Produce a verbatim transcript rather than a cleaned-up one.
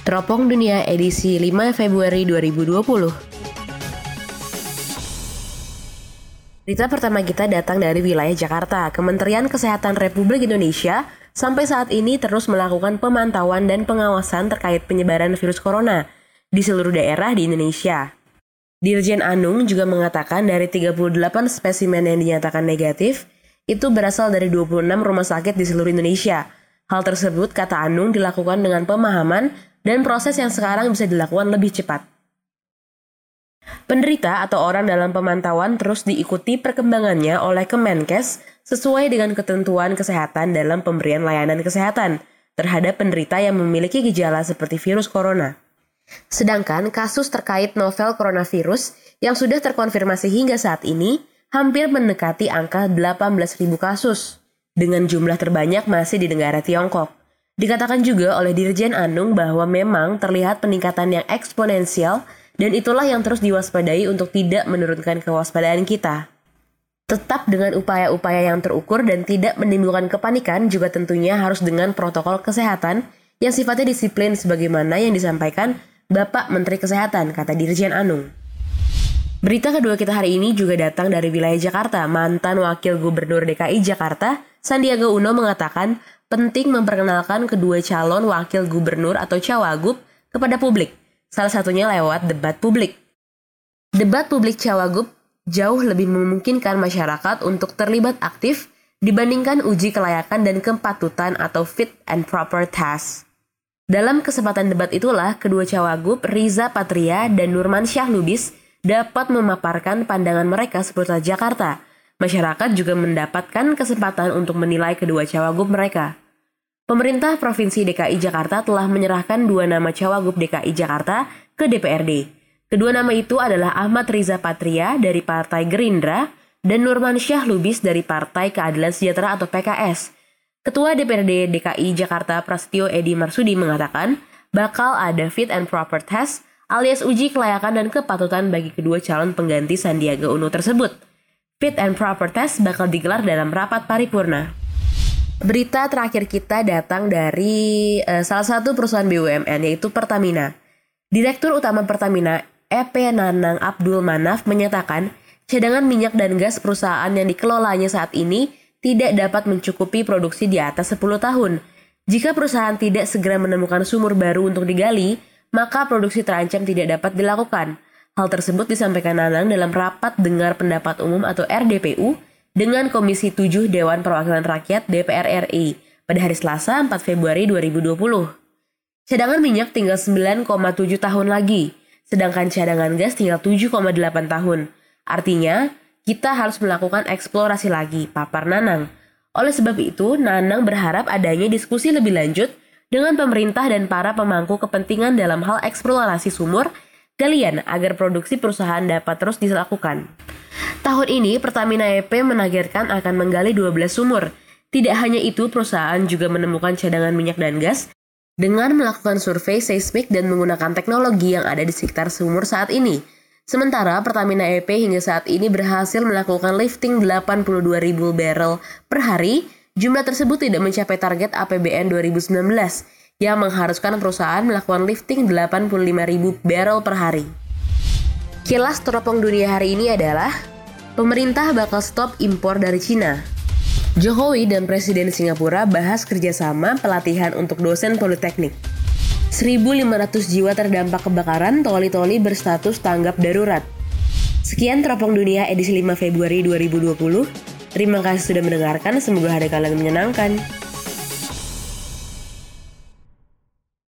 Teropong Dunia edisi lima Februari dua ribu dua puluh. Berita pertama kita datang dari wilayah Jakarta. Kementerian Kesehatan Republik Indonesia sampai saat ini terus melakukan pemantauan dan pengawasan terkait penyebaran virus corona di seluruh daerah di Indonesia. Dirjen Anung juga mengatakan dari tiga puluh delapan spesimen yang dinyatakan negatif, itu berasal dari dua puluh enam rumah sakit di seluruh Indonesia. Hal tersebut, kata Anung, dilakukan dengan pemahaman dan proses yang sekarang bisa dilakukan lebih cepat. Penderita atau orang dalam pemantauan terus diikuti perkembangannya oleh Kemenkes sesuai dengan ketentuan kesehatan dalam pemberian layanan kesehatan terhadap penderita yang memiliki gejala seperti virus corona. Sedangkan kasus terkait novel coronavirus yang sudah terkonfirmasi hingga saat ini hampir mendekati angka delapan belas ribu kasus, dengan jumlah terbanyak masih di negara Tiongkok. Dikatakan juga oleh Dirjen Anung bahwa memang terlihat peningkatan yang eksponensial dan itulah yang terus diwaspadai untuk tidak menurunkan kewaspadaan kita. Tetap dengan upaya-upaya yang terukur dan tidak menimbulkan kepanikan juga tentunya harus dengan protokol kesehatan yang sifatnya disiplin sebagaimana yang disampaikan Bapak Menteri Kesehatan, kata Dirjen Anung. Berita kedua kita hari ini juga datang dari wilayah Jakarta. Mantan Wakil Gubernur D K I Jakarta, Sandiaga Uno mengatakan penting memperkenalkan kedua calon wakil gubernur atau cawagup kepada publik, salah satunya lewat debat publik. Debat publik cawagup jauh lebih memungkinkan masyarakat untuk terlibat aktif dibandingkan uji kelayakan dan kepatutan atau fit and proper test. Dalam kesempatan debat itulah, kedua cawagup Riza Patria dan Nurmansyah Lubis dapat memaparkan pandangan mereka seputar Jakarta. Masyarakat juga mendapatkan kesempatan untuk menilai kedua cawagup mereka. Pemerintah Provinsi D K I Jakarta telah menyerahkan dua nama cawagup D K I Jakarta ke D P R D. Kedua nama itu adalah Ahmad Riza Patria dari Partai Gerindra dan Nurmansyah Lubis dari Partai Keadilan Sejahtera atau P K S. Ketua D P R D D K I Jakarta Prasetyo Edi Marsudi mengatakan bakal ada fit and proper test alias uji kelayakan dan kepatutan bagi kedua calon pengganti Sandiaga Uno tersebut. Fit and proper test bakal digelar dalam rapat paripurna. Berita terakhir kita datang dari uh, salah satu perusahaan B U M N yaitu Pertamina. Direktur Utama Pertamina E P Nanang Abdul Manaf menyatakan cadangan minyak dan gas perusahaan yang dikelolanya saat ini tidak dapat mencukupi produksi di atas sepuluh tahun. Jika perusahaan tidak segera menemukan sumur baru untuk digali, maka produksi terancam tidak dapat dilakukan. Hal tersebut disampaikan Nanang dalam rapat dengar pendapat umum atau R D P U dengan Komisi tujuh Dewan Perwakilan Rakyat D P R R I pada hari Selasa empat Februari dua ribu dua puluh. Cadangan minyak tinggal sembilan koma tujuh tahun lagi, sedangkan cadangan gas tinggal tujuh koma delapan tahun. Artinya, kita harus melakukan eksplorasi lagi, papar Nanang. Oleh sebab itu, Nanang berharap adanya diskusi lebih lanjut dengan pemerintah dan para pemangku kepentingan dalam hal eksplorasi sumur galian agar produksi perusahaan dapat terus dilakukan. Tahun ini, Pertamina E P menargetkan akan menggali dua belas sumur. Tidak hanya itu, perusahaan juga menemukan cadangan minyak dan gas dengan melakukan survei seismik dan menggunakan teknologi yang ada di sekitar sumur saat ini. Sementara, Pertamina E P hingga saat ini berhasil melakukan lifting delapan puluh dua ribu barrel per hari. Jumlah tersebut tidak mencapai target A P B N dua ribu sembilan belas. Yang mengharuskan perusahaan melakukan lifting delapan puluh lima ribu barrel per hari. Kilas teropong dunia hari ini adalah pemerintah bakal stop impor dari Cina. Jokowi dan Presiden Singapura bahas kerjasama pelatihan untuk dosen politeknik. seribu lima ratus jiwa terdampak kebakaran, toli-toli berstatus tanggap darurat. Sekian teropong dunia edisi lima Februari dua ribu dua puluh. Terima kasih sudah mendengarkan, semoga hari kalian menyenangkan.